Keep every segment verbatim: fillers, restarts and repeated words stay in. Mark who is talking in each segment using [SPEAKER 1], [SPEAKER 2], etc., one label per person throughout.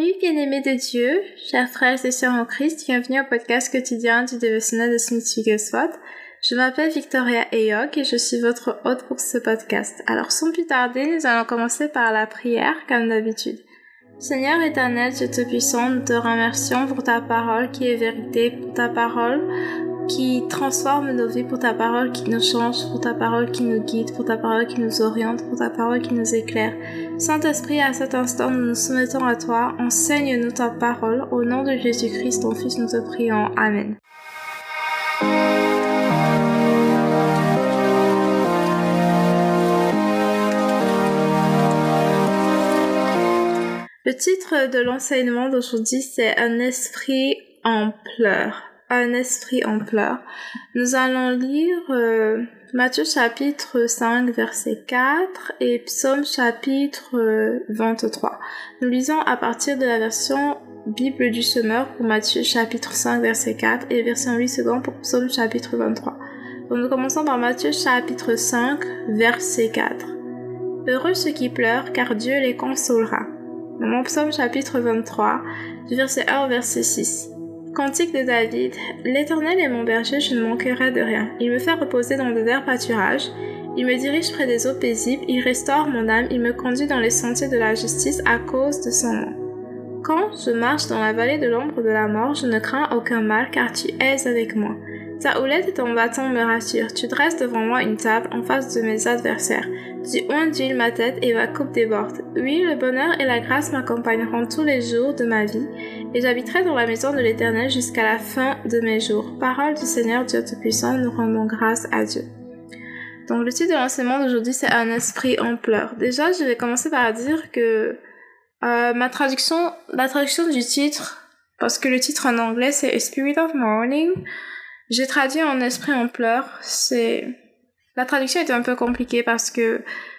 [SPEAKER 1] Salut bien-aimés de Dieu, chers frères et sœurs en Christ, bienvenue au podcast quotidien du dévotionnel de Smith Wigglesworth. Je m'appelle Victoria Ayok et je suis votre hôte pour ce podcast. Alors sans plus tarder, nous allons commencer par la prière comme d'habitude. Seigneur éternel, Dieu Tout-Puissant, nous te remercions pour ta parole qui est vérité, pour ta parole qui transforme nos vies, pour ta parole qui nous change, pour ta parole qui nous guide, pour ta parole qui nous oriente, pour ta parole qui nous éclaire. Saint-Esprit, à cet instant, nous nous soumettons à toi. Enseigne-nous ta parole. Au nom de Jésus-Christ, ton Fils, nous te prions. Amen. Le titre de l'enseignement d'aujourd'hui, c'est « Un esprit en pleurs ». Un esprit en pleurs. Nous allons lire euh, Matthieu chapitre cinq verset quatre et Psaume chapitre euh, vingt-trois. Nous lisons à partir de la version Bible du Semeur pour Matthieu chapitre cinq verset quatre et version huit secondes pour Psaume chapitre vingt-trois. Donc nous commençons par Matthieu chapitre cinq verset quatre. Heureux ceux qui pleurent car Dieu les consolera. Dans mon Psaume chapitre vingt-trois du verset un au verset six. Cantique de David. L'Éternel est mon berger, je ne manquerai de rien. Il me fait reposer dans de verts pâturages. Il me dirige près des eaux paisibles. Il restaure mon âme. Il me conduit dans les sentiers de la justice à cause de son nom. Quand je marche dans la vallée de l'ombre de la mort, je ne crains aucun mal car tu es avec moi. Ta houlette et ton bâton me rassurent. Tu dresses devant moi une table en face de mes adversaires. Tu oins d'huile ma tête et ma coupe déborde. Oui, le bonheur et la grâce m'accompagneront tous les jours de ma vie et j'habiterai dans la maison de l'Éternel jusqu'à la fin de mes jours. Parole du Seigneur Dieu Tout-Puissant, nous rendons grâce à Dieu. Donc le titre de l'enseignement d'aujourd'hui, c'est « Un esprit en pleurs ». Déjà, je vais commencer par dire que euh, ma traduction, la traduction du titre, parce que le titre en anglais, c'est « A Spirit of Mourning », j'ai traduit en esprit en pleurs. C'est la traduction était un peu compliquée parce que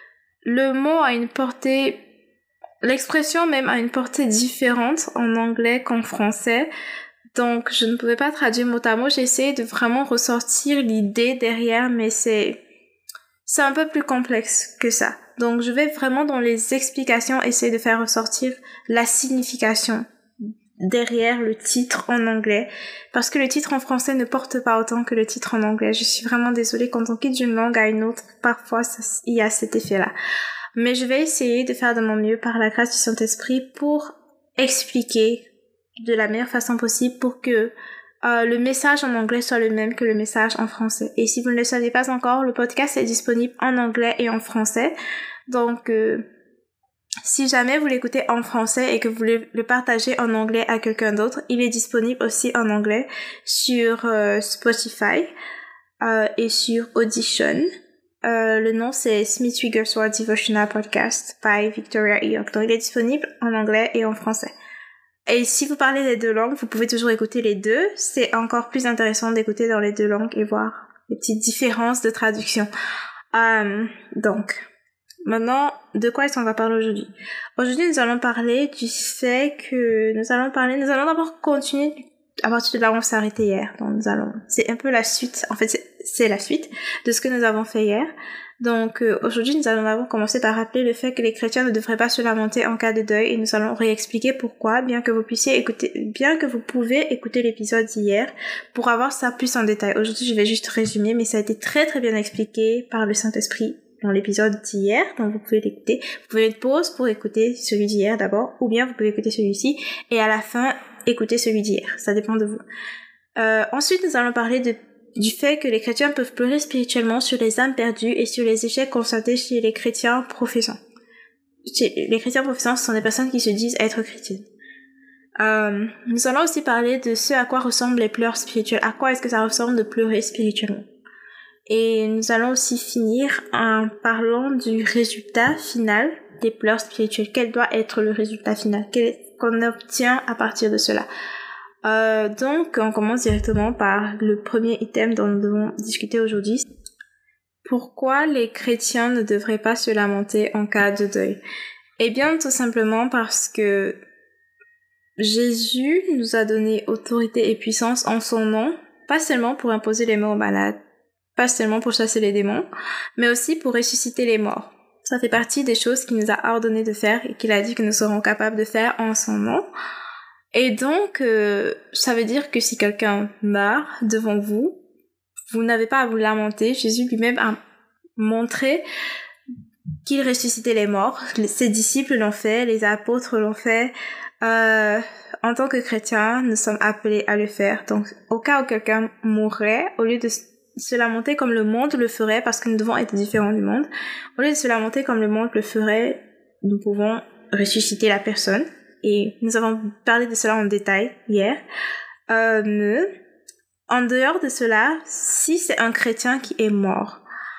[SPEAKER 1] le mot a une portée, l'expression même a une portée différente en anglais qu'en français. Donc je ne pouvais pas traduire mot à mot. J'ai essayé de vraiment ressortir l'idée derrière, mais c'est c'est un peu plus complexe que ça. Donc je vais vraiment dans les explications essayer de faire ressortir la signification derrière le titre en anglais, parce que le titre en français ne porte pas autant que le titre en anglais. Je suis vraiment désolée, quand on quitte d'une langue à une autre, parfois ça, il y a cet effet-là. Mais je vais essayer de faire de mon mieux par la grâce du Saint-Esprit pour expliquer de la meilleure façon possible pour que euh, le message en anglais soit le même que le message en français. Et si vous ne le savez pas encore, le podcast est disponible en anglais et en français. Donc euh, si jamais vous l'écoutez en français et que vous voulez le partager en anglais à quelqu'un d'autre, il est disponible aussi en anglais sur euh, Spotify euh, et sur Audition. Euh, le nom c'est Smith Wigglesworth Devotional Podcast by Victoria Ayok. Donc il est disponible en anglais et en français. Et si vous parlez les deux langues, vous pouvez toujours écouter les deux. C'est encore plus intéressant d'écouter dans les deux langues et voir les petites différences de traduction. Euh, donc... Maintenant, de quoi est-ce qu'on va parler aujourd'hui? Aujourd'hui, nous allons parler du fait que nous allons parler, nous allons d'abord continuer à partir de là où on s'est arrêté hier. Donc, nous allons, c'est un peu la suite, en fait, c'est, c'est la suite de ce que nous avons fait hier. Donc, euh, aujourd'hui, nous allons d'abord commencer par rappeler le fait que les chrétiens ne devraient pas se lamenter en cas de deuil et nous allons réexpliquer pourquoi, bien que vous puissiez écouter, bien que vous pouvez écouter l'épisode d'hier pour avoir ça plus en détail. Aujourd'hui, je vais juste résumer, mais ça a été très très bien expliqué par le Saint-Esprit dans l'épisode d'hier, donc vous pouvez l'écouter. Vous pouvez mettre pause pour écouter celui d'hier d'abord, ou bien vous pouvez écouter celui-ci, et à la fin, écouter celui d'hier. Ça dépend de vous. Euh, ensuite, nous allons parler de, du fait que les chrétiens peuvent pleurer spirituellement sur les âmes perdues et sur les échecs constatés chez les chrétiens professants. Chez les chrétiens professants, ce sont des personnes qui se disent être chrétiennes. Euh, nous allons aussi parler de ce à quoi ressemblent les pleurs spirituels. À quoi est-ce que ça ressemble de pleurer spirituellement? Et nous allons aussi finir en parlant du résultat final des pleurs spirituelles. Quel doit être le résultat final? Quel qu'on obtient à partir de cela? Euh, donc, on commence directement par le premier item dont nous devons discuter aujourd'hui. Pourquoi les chrétiens ne devraient pas se lamenter en cas de deuil? Eh bien, tout simplement parce que Jésus nous a donné autorité et puissance en son nom, pas seulement pour imposer les mains aux malades, pas seulement pour chasser les démons, mais aussi pour ressusciter les morts. Ça fait partie des choses qu'il nous a ordonné de faire et qu'il a dit que nous serons capables de faire en son nom. Et donc, euh, ça veut dire que si quelqu'un meurt devant vous, vous n'avez pas à vous lamenter. Jésus lui-même a montré qu'il ressuscitait les morts. Ses disciples l'ont fait, les apôtres l'ont fait. Euh, en tant que chrétiens, nous sommes appelés à le faire. Donc, au cas où quelqu'un mourrait, au lieu de se lamenter comme le monde le ferait, parce que nous devons être différents du monde, au lieu de se lamenter comme le monde le ferait, nous pouvons ressusciter la personne. Et nous avons parlé de cela en détail hier. Euh, en dehors de cela, si c'est un chrétien qui est mort,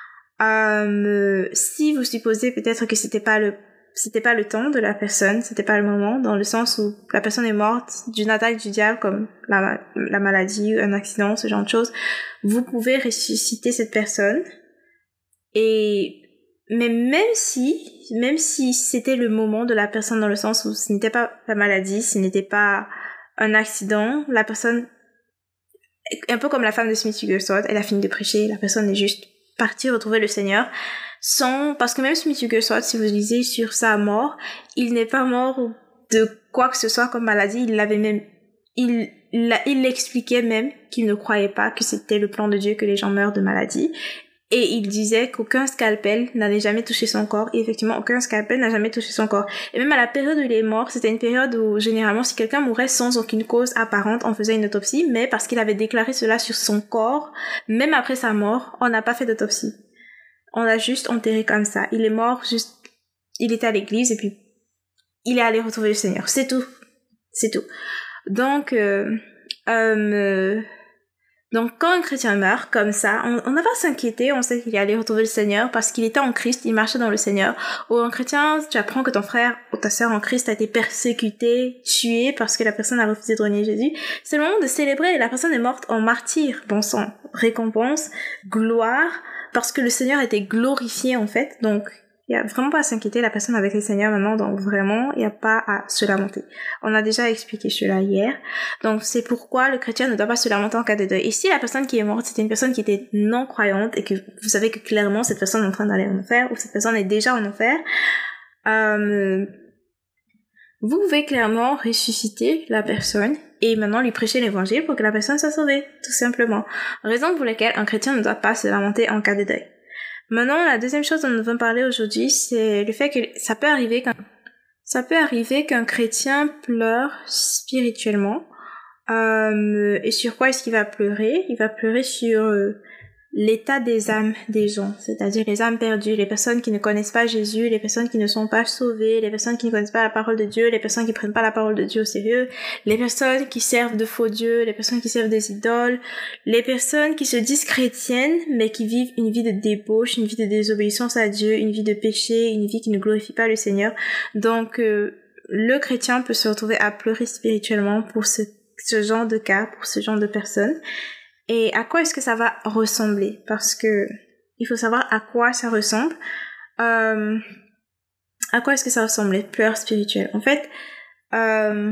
[SPEAKER 1] euh, si vous supposez peut-être que c'était pas le c'était pas le temps de la personne, c'était pas le moment, dans le sens où la personne est morte d'une attaque du diable comme la, la maladie, un accident, ce genre de choses, vous pouvez ressusciter cette personne. Et mais même si, même si c'était le moment de la personne dans le sens où ce n'était pas la maladie, ce n'était pas un accident, la personne, un peu comme la femme de Smith Wigglesworth, elle a fini de prêcher, la personne est juste partie retrouver le Seigneur, sans, parce que même Smith Wigglesworth, si vous lisez sur sa mort, il n'est pas mort de quoi que ce soit comme maladie, il l'avait même, il, il, il l'expliquait même qu'il ne croyait pas que c'était le plan de Dieu que les gens meurent de maladie. Et il disait qu'aucun scalpel n'allait jamais toucher son corps. Et effectivement, aucun scalpel n'a jamais touché son corps. Et même à la période où il est mort, c'était une période où, généralement, si quelqu'un mourait sans aucune cause apparente, on faisait une autopsie. Mais parce qu'il avait déclaré cela sur son corps, même après sa mort, on n'a pas fait d'autopsie. On l'a juste enterré comme ça. Il est mort juste... Il était à l'église et puis il est allé retrouver le Seigneur. C'est tout. C'est tout. Donc... Euh, euh, Donc, quand un chrétien meurt comme ça, on n'a pas à s'inquiéter, on sait qu'il est allé retrouver le Seigneur parce qu'il était en Christ, il marchait dans le Seigneur. Ou un chrétien, tu apprends que ton frère ou ta sœur en Christ a été persécuté, tué parce que la personne a refusé de renier Jésus. C'est le moment de célébrer. La personne est morte en martyr, bon sang, récompense, gloire, parce que le Seigneur a été glorifié en fait. Donc, il n'y a vraiment pas à s'inquiéter, la personne avec le Seigneur maintenant, donc vraiment, il n'y a pas à se lamenter. On a déjà expliqué cela hier. Donc, c'est pourquoi le chrétien ne doit pas se lamenter en cas de deuil. Et si la personne qui est morte, c'était une personne qui était non-croyante et que vous savez que clairement, cette personne est en train d'aller en enfer ou cette personne est déjà en enfer, euh, vous pouvez clairement ressusciter la personne et maintenant lui prêcher l'évangile pour que la personne soit sauvée, tout simplement. Raison pour laquelle un chrétien ne doit pas se lamenter en cas de deuil. Maintenant, la deuxième chose dont nous devons parler aujourd'hui, c'est le fait que ça peut arriver qu'un, ça peut arriver qu'un chrétien pleure spirituellement. Euh, et sur quoi est-ce qu'il va pleurer? Il va pleurer sur euh, l'état des âmes des gens, c'est-à-dire les âmes perdues, les personnes qui ne connaissent pas Jésus, les personnes qui ne sont pas sauvées, les personnes qui ne connaissent pas la parole de Dieu, les personnes qui prennent pas la parole de Dieu au sérieux, les personnes qui servent de faux dieux, les personnes qui servent des idoles, les personnes qui se disent chrétiennes mais qui vivent une vie de débauche, une vie de désobéissance à Dieu, une vie de péché, une vie qui ne glorifie pas le Seigneur. Donc euh, le chrétien peut se retrouver à pleurer spirituellement pour ce, ce genre de cas, pour ce genre de personnes. Et à quoi est-ce que ça va ressembler? Parce que il faut savoir à quoi ça ressemble. Euh, à quoi est-ce que ça ressemble, les pleurs spirituelles? En fait, euh,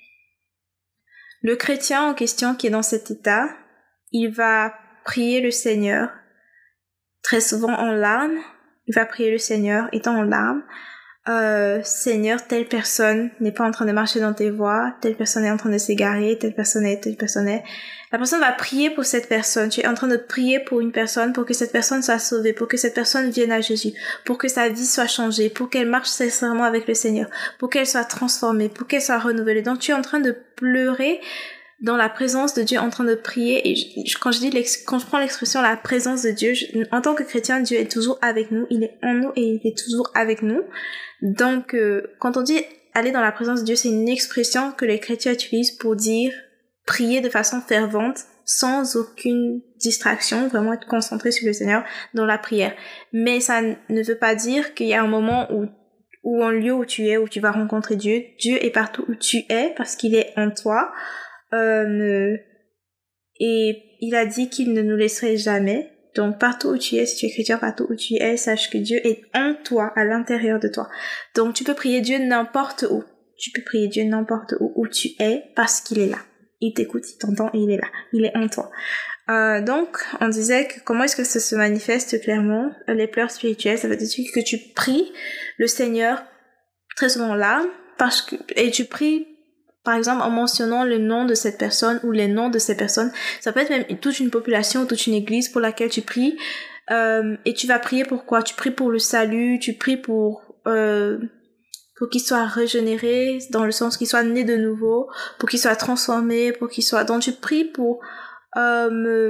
[SPEAKER 1] le chrétien en question qui est dans cet état, il va prier le Seigneur, très souvent en larmes. Il va prier le Seigneur étant en larmes. Euh, Seigneur, telle personne n'est pas en train de marcher dans tes voies, telle personne est en train de s'égarer, telle personne est, telle personne est. La personne va prier pour cette personne. Tu es en train de prier pour une personne, pour que cette personne soit sauvée, pour que cette personne vienne à Jésus, pour que sa vie soit changée, pour qu'elle marche sincèrement avec le Seigneur, pour qu'elle soit transformée, pour qu'elle soit renouvelée. Donc tu es en train de pleurer dans la présence de Dieu, en train de prier. Et je, quand je dis l'ex, quand je prends l'expression la présence de Dieu, je, en tant que chrétien, Dieu est toujours avec nous, il est en nous et il est toujours avec nous. Donc euh, quand on dit aller dans la présence de Dieu, c'est une expression que les chrétiens utilisent pour dire prier de façon fervente, sans aucune distraction, vraiment être concentré sur le Seigneur dans la prière. Mais ça ne veut pas dire qu'il y a un moment où ou un lieu où tu es, où tu vas rencontrer Dieu. Dieu est partout où tu es parce qu'il est en toi. Euh, et il a dit qu'il ne nous laisserait jamais. Donc partout où tu es, si tu es chrétien, partout où tu es, sache que Dieu est en toi, à l'intérieur de toi. Donc tu peux prier Dieu n'importe où. Tu peux prier Dieu n'importe où, où tu es, parce qu'il est là. Il t'écoute, il t'entend, il est là. Il est en toi. Euh, donc, on disait que comment est-ce que ça se manifeste clairement, les pleurs spirituelles, ça veut dire que tu pries le Seigneur très souvent là, parce que, et tu pries, par exemple, en mentionnant le nom de cette personne ou les noms de ces personnes. Ça peut être même toute une population, toute une église pour laquelle tu pries, euh, et tu vas prier pour quoi? Tu pries pour le salut, tu pries pour, euh, pour qu'il soit régénéré, dans le sens qu'il soit né de nouveau, pour qu'il soit transformé, pour qu'il soit, donc tu pries pour, euh,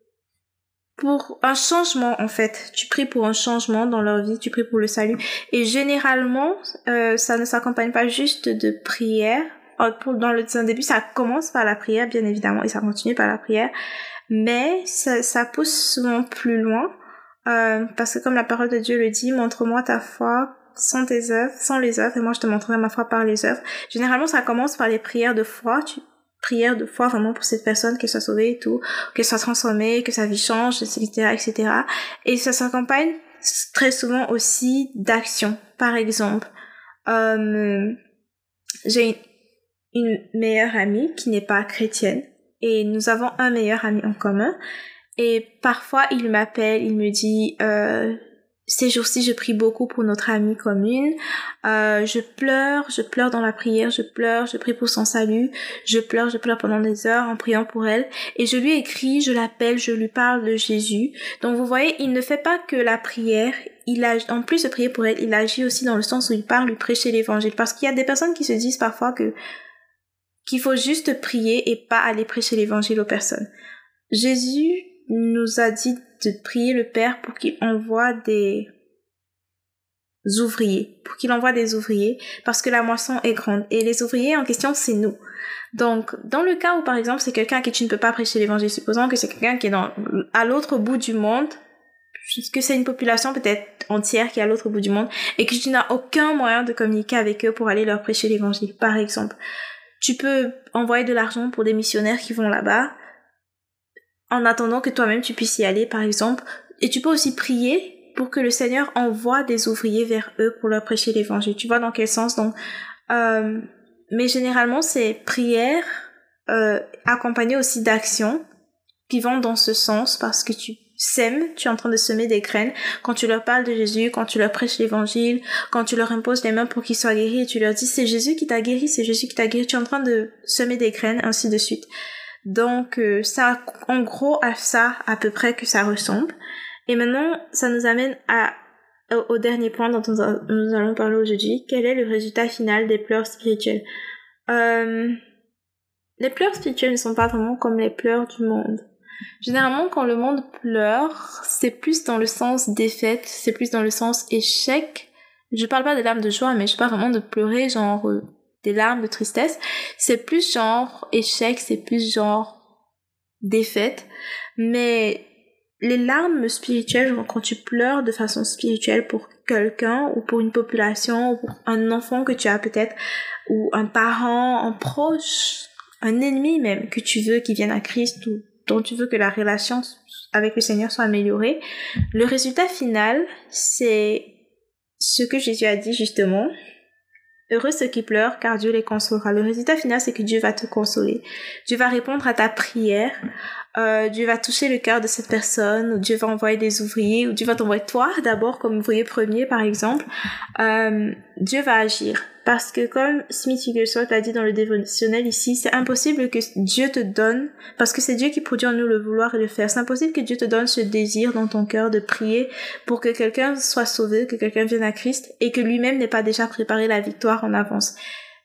[SPEAKER 1] pour un changement, en fait. Tu pries pour un changement dans leur vie, tu pries pour le salut. Et généralement, euh, ça ne s'accompagne pas juste de prière. Dans le dans le début, ça commence par la prière, bien évidemment, et ça continue par la prière. Mais ça, ça pousse souvent plus loin, euh, parce que comme la parole de Dieu le dit, montre-moi ta foi sans tes œuvres, sans les œuvres, et moi je te montrerai ma foi par les œuvres. Généralement, ça commence par les prières de foi. Tu prière de foi vraiment pour cette personne, qu'elle soit sauvée et tout, qu'elle soit transformée, que sa vie change, et cetera, et cetera. Et ça s'accompagne très souvent aussi d'action. Par exemple, euh, j'ai une meilleure amie qui n'est pas chrétienne et nous avons un meilleur ami en commun. Et parfois, il m'appelle, il me dit euh, ces jours-ci, je prie beaucoup pour notre amie commune. Euh, je pleure, je pleure dans la prière, je pleure, je prie pour son salut. Je pleure, je pleure pendant des heures en priant pour elle. Et je lui écris, je l'appelle, je lui parle de Jésus. Donc vous voyez, il ne fait pas que la prière. Il a, en plus de prier pour elle, il agit aussi dans le sens où il parle, lui prêcher l'évangile. Parce qu'il y a des personnes qui se disent parfois que qu'il faut juste prier et pas aller prêcher l'évangile aux personnes. Jésus nous a dit de prier le Père pour qu'il envoie des ouvriers, pour qu'il envoie des ouvriers, parce que la moisson est grande. Et les ouvriers en question, c'est nous. Donc, dans le cas où, par exemple, c'est quelqu'un à qui tu ne peux pas prêcher l'évangile, supposons que c'est quelqu'un qui est dans, à l'autre bout du monde, puisque c'est une population peut-être entière qui est à l'autre bout du monde, et que tu n'as aucun moyen de communiquer avec eux pour aller leur prêcher l'évangile, par exemple. Tu peux envoyer de l'argent pour des missionnaires qui vont là-bas, en attendant que toi-même tu puisses y aller, par exemple. Et tu peux aussi prier pour que le Seigneur envoie des ouvriers vers eux pour leur prêcher l'évangile. Tu vois dans quel sens? Donc, euh, mais généralement, c'est prière euh, accompagnée aussi d'actions qui vont dans ce sens parce que tu sèmes, tu es en train de semer des graines. Quand tu leur parles de Jésus, quand tu leur prêches l'évangile, quand tu leur imposes les mains pour qu'ils soient guéris et tu leur dis c'est Jésus qui t'a guéri, c'est Jésus qui t'a guéri, tu es en train de semer des graines, ainsi de suite. Donc, euh, ça, en gros, à ça, à peu près, que ça ressemble. Et maintenant, ça nous amène à, au, au dernier point dont nous, a, nous allons parler aujourd'hui. Quel est le résultat final des pleurs spirituelles? Euh, les pleurs spirituelles ne sont pas vraiment comme les pleurs du monde. Généralement, quand le monde pleure, c'est plus dans le sens défaite, c'est plus dans le sens échec. Je parle pas des larmes de joie, mais je parle vraiment de pleurer, genre... Euh, des larmes de tristesse, c'est plus genre échec, c'est plus genre défaite, mais les larmes spirituelles, genre quand tu pleures de façon spirituelle pour quelqu'un ou pour une population ou pour un enfant que tu as peut-être ou un parent, un proche, un ennemi même que tu veux qu'il vienne à Christ ou dont tu veux que la relation avec le Seigneur soit améliorée, le résultat final, c'est ce que Jésus a dit justement. Heureux ceux qui pleurent, car Dieu les consolera. Le résultat final, c'est que Dieu va te consoler. Dieu va répondre à ta prière. Euh, Dieu va toucher le cœur de cette personne. Ou Dieu va envoyer des ouvriers. Ou Dieu va t'envoyer toi d'abord comme ouvrier premier, par exemple. Euh, Dieu va agir. Parce que comme Smith Wigglesworth l'a dit dans le dévotionnel ici, c'est impossible que Dieu te donne, parce que c'est Dieu qui produit en nous le vouloir et le faire, c'est impossible que Dieu te donne ce désir dans ton cœur de prier pour que quelqu'un soit sauvé, que quelqu'un vienne à Christ, et que lui-même n'ait pas déjà préparé la victoire en avance.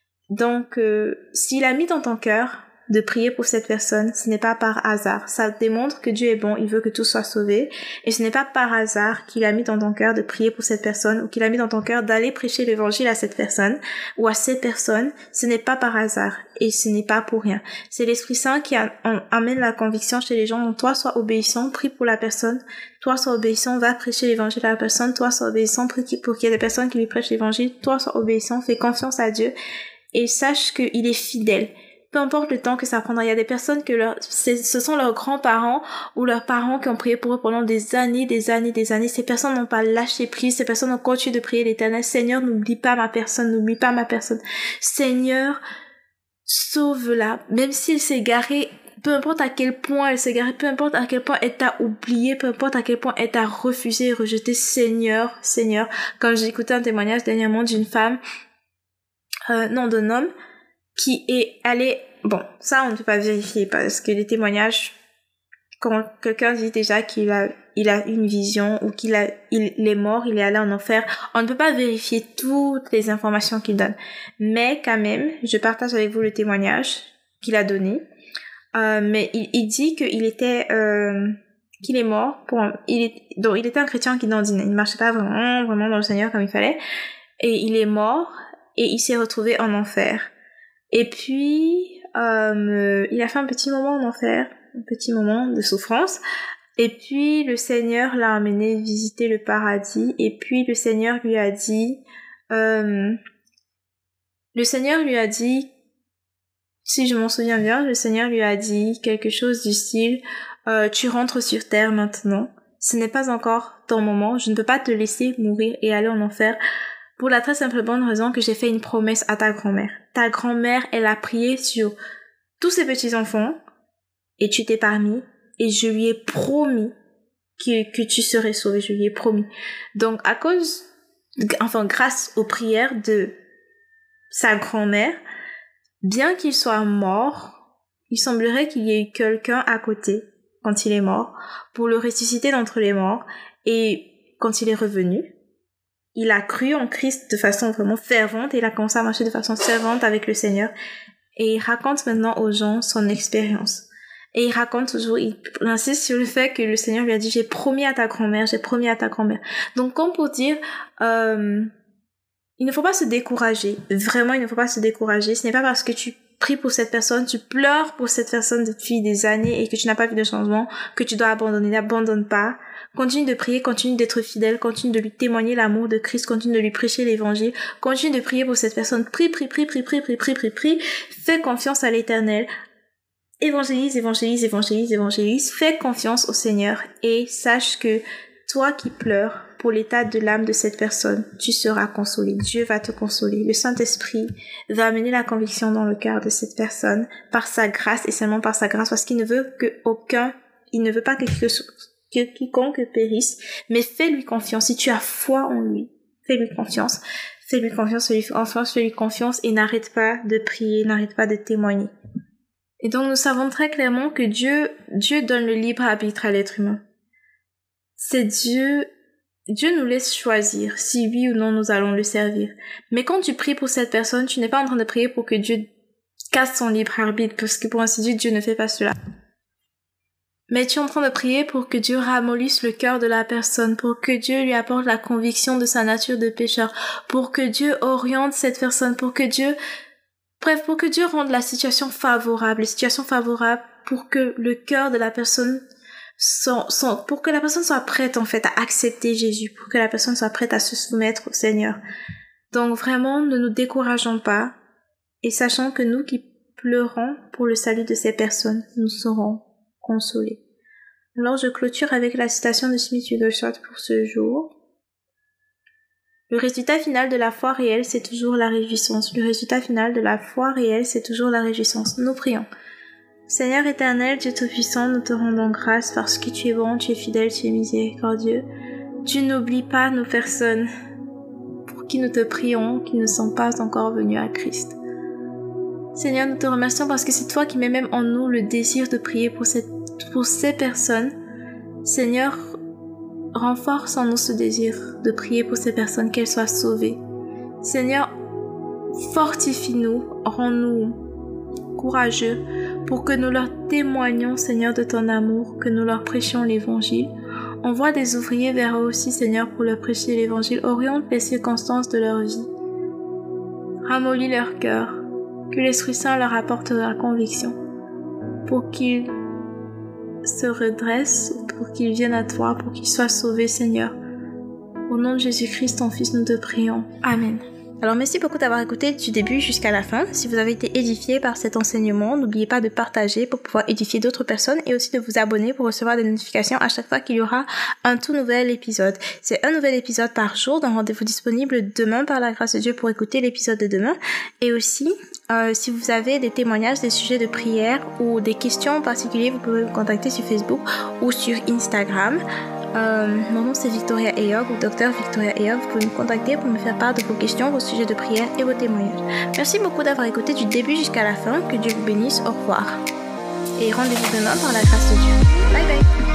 [SPEAKER 1] Donc, euh, s'il a mis dans ton cœur de prier pour cette personne, ce n'est pas par hasard. Ça démontre que Dieu est bon, il veut que tout soit sauvé. Et ce n'est pas par hasard qu'il a mis dans ton cœur de prier pour cette personne ou qu'il a mis dans ton cœur d'aller prêcher l'évangile à cette personne ou à ces personnes. Ce n'est pas par hasard et ce n'est pas pour rien. C'est l'Esprit Saint qui a, on, amène la conviction chez les gens. Donc toi, sois obéissant, prie pour la personne. Toi, sois obéissant, va prêcher l'évangile à la personne. Toi, sois obéissant, prie pour qu'il y ait des personnes qui lui prêchent l'évangile. Toi, sois obéissant, fais confiance à Dieu et sache qu'il est fidèle. Peu importe le temps que ça prendra, il y a des personnes que leur, c'est, ce sont leurs grands-parents ou leurs parents qui ont prié pour eux pendant des années, des années, des années. Ces personnes n'ont pas lâché prise, ces personnes ont continué de prier l'Éternel. Seigneur, n'oublie pas ma personne, n'oublie pas ma personne. Seigneur, sauve-la. Même s'il s'est garé peu importe à quel point elle s'est égarée, peu importe à quel point elle t'a oublié, peu importe à quel point elle t'a refusé et rejeté, Seigneur, Seigneur, comme j'ai écouté un témoignage dernièrement d'une femme, euh, non, d'un homme, qui est allé, bon, ça on ne peut pas vérifier parce que les témoignages, quand quelqu'un dit déjà qu'il a, il a une vision ou qu'il a, il est mort, il est allé en enfer, on ne peut pas vérifier toutes les informations qu'il donne. Mais quand même, je partage avec vous le témoignage qu'il a donné. Euh, mais il, il dit qu'il était, euh, qu'il est mort pour, il est, donc il était un chrétien qui n'en il marchait pas vraiment, vraiment dans le Seigneur comme il fallait. Et il est mort et il s'est retrouvé en enfer. Et puis, euh, il a fait un petit moment en enfer, un petit moment de souffrance. Et puis, le Seigneur l'a amené visiter le paradis. Et puis, le Seigneur lui a dit, euh, le Seigneur lui a dit, si je m'en souviens bien, le Seigneur lui a dit quelque chose du style, euh, tu rentres sur terre maintenant. Ce n'est pas encore ton moment. Je ne peux pas te laisser mourir et aller en enfer. Pour la très simple bonne raison que j'ai fait une promesse à ta grand-mère. Ta grand-mère, elle a prié sur tous ses petits-enfants et tu t'es parmi et je lui ai promis que, que tu serais sauvé. Je lui ai promis. Donc, à cause, enfin, grâce aux prières de sa grand-mère, bien qu'il soit mort, il semblerait qu'il y ait eu quelqu'un à côté quand il est mort pour le ressusciter d'entre les morts et quand il est revenu, il a cru en Christ de façon vraiment fervente et il a commencé à marcher de façon fervente avec le Seigneur. Et il raconte maintenant aux gens son expérience. Et il raconte toujours, il insiste sur le fait que le Seigneur lui a dit, j'ai promis à ta grand-mère, j'ai promis à ta grand-mère. Donc, comme pour dire, euh, il ne faut pas se décourager. Vraiment, il ne faut pas se décourager. Ce n'est pas parce que tu pries pour cette personne, tu pleures pour cette personne depuis des années et que tu n'as pas vu de changement, que tu dois abandonner. N'abandonne pas. Continue de prier, continue d'être fidèle, continue de lui témoigner l'amour de Christ, continue de lui prêcher l'évangile, continue de prier pour cette personne. Prie, prie, prie, prie, prie, prie, prie, prie, prie. Fais confiance à l'Éternel. Évangélise, évangélise, évangélise, évangélise. Fais confiance au Seigneur et sache que toi qui pleures pour l'état de l'âme de cette personne, tu seras consolé. Dieu va te consoler. Le Saint-Esprit va amener la conviction dans le cœur de cette personne par sa grâce et seulement par sa grâce parce qu'il ne veut que aucun, il ne veut pas que, que quiconque périsse, mais fais-lui confiance. Si tu as foi en lui, fais-lui confiance. Fais-lui confiance, fais-lui confiance, fais-lui confiance et n'arrête pas de prier, n'arrête pas de témoigner. Et donc nous savons très clairement que Dieu, Dieu donne le libre arbitre à l'être humain. C'est Dieu, Dieu nous laisse choisir si oui ou non nous allons le servir. Mais quand tu pries pour cette personne, tu n'es pas en train de prier pour que Dieu casse son libre arbitre, parce que pour ainsi dire, Dieu ne fait pas cela. Mais tu es en train de prier pour que Dieu ramollisse le cœur de la personne, pour que Dieu lui apporte la conviction de sa nature de pécheur, pour que Dieu oriente cette personne, pour que Dieu, bref, pour que Dieu rende la situation favorable, les situations favorables pour que le cœur de la personne Sont, sont, pour que la personne soit prête en fait à accepter Jésus, pour que la personne soit prête à se soumettre au Seigneur. Donc vraiment, ne nous décourageons pas et sachant que nous qui pleurons pour le salut de ces personnes, nous serons consolés. Alors je clôture avec la citation de Smith Wigglesworth pour ce jour. Le résultat final de la foi réelle, c'est toujours la réjouissance. Le résultat final de la foi réelle, c'est toujours la réjouissance. Nous prions. Seigneur éternel, Dieu Tout-Puissant, nous te rendons grâce parce que tu es bon, tu es fidèle, tu es miséricordieux. Tu n'oublies pas nos personnes pour qui nous te prions, qui ne sont pas encore venus à Christ. Seigneur, nous te remercions parce que c'est toi qui mets même en nous le désir de prier pour, cette, pour ces personnes. Seigneur, renforce en nous ce désir de prier pour ces personnes, qu'elles soient sauvées. Seigneur, fortifie-nous, rends-nous courageux pour que nous leur témoignions, Seigneur, de ton amour, que nous leur prêchions l'évangile. Envoie des ouvriers vers eux aussi, Seigneur, pour leur prêcher l'évangile. Oriente les circonstances de leur vie. Ramollis leur cœur. Que l'Esprit Saint leur apporte la conviction pour qu'ils se redressent, pour qu'ils viennent à toi, pour qu'ils soient sauvés, Seigneur. Au nom de Jésus-Christ, ton Fils, nous te prions. Amen. Alors merci beaucoup d'avoir écouté du début jusqu'à la fin. Si vous avez été édifié par cet enseignement, n'oubliez pas de partager pour pouvoir édifier d'autres personnes et aussi de vous abonner pour recevoir des notifications à chaque fois qu'il y aura un tout nouvel épisode. C'est un nouvel épisode par jour, donc rendez-vous disponible demain par la grâce de Dieu pour écouter l'épisode de demain. Et aussi, euh, si vous avez des témoignages, des sujets de prière ou des questions en particulier, vous pouvez me contacter sur Facebook ou sur Instagram. Euh, mon nom c'est Victoria Eyog ou Docteur Victoria Eyog. Vous pouvez me contacter pour me faire part de vos questions, vos sujets de prière et vos témoignages. Merci beaucoup d'avoir écouté du début jusqu'à la fin. Que Dieu vous bénisse. Au revoir. Et rendez-vous demain par la grâce de Dieu. Bye bye.